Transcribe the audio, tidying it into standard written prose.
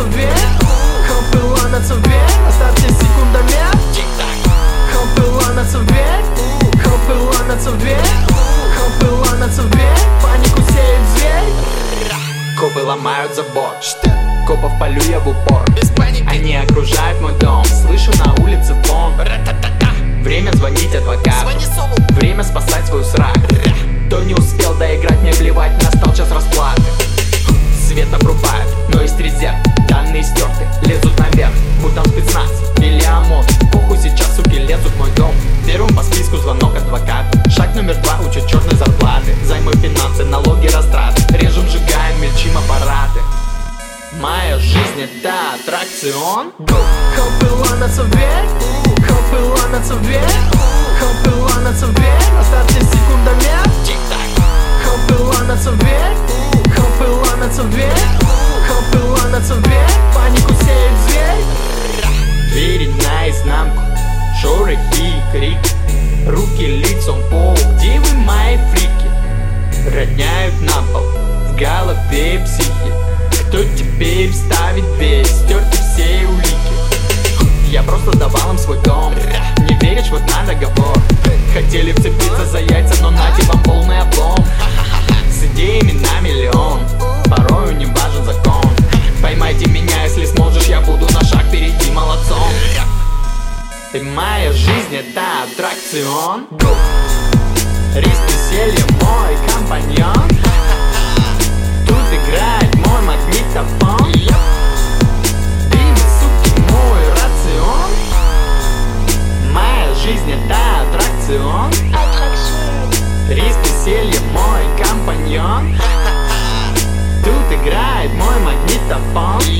в дверь. Хоп и ломятся в дверь. Оставьте секундомер. Хоп и ломятся в дверь. Хоп и ломятся в дверь. Хоп и ломятся в дверь. Панику сеет зверь. Копы ломают забор. Копов полю я в упор. Они окружают мой дом. Слышу на улице фон. Время звонить адвокату. Время спасать свою сраку. Кто не успел доиграть, мне плевать, настал час расплаты. Свет обрубают, но есть резерв. Данные стерты, лезут наверх, будто спецназ или ОМОН. Похуй, сейчас суки лезут в мой дом. Первым по списку звонок адвокату. Шаг номер 2, учет черной зарплаты. Займы, финансы, налоги, растраты. Режем, сжигаем, мельчим аппараты. Моя жизнь это аттракцион. Хоп и ломятся в дверь. Хоп и ломятся в дверь. Хоп и ломятся в дверь. Оставьте секундомер. Хоп и ломятся в дверь. Хоп и ломятся в дверь. Хоп и ломятся в дверь. Панику сеет зверь. Двери наизнанку, шорохи и крики. Руки лицом пол, где вы мои фрики? Роняют на пол, в голове психи. Кто теперь вставит дверь, стерты все улики. Я просто давал им свой дом. Не веришь, вот на договор. Хотели вцепиться за яйца, но нате вам полный облом. С идеями на миллион, порою не важен закон. Поймайте меня, если сможешь, я буду на шаг впереди молодцом. Ты моя жизнь, это аттракцион. Риск, веселье, мой компаньон. Тут играет мой магнитофон. Ты не, суки, мой рацион. Моя жизнь это аттракцион. Риск, веселье, мой компаньон. Тут играет мой магнитофон.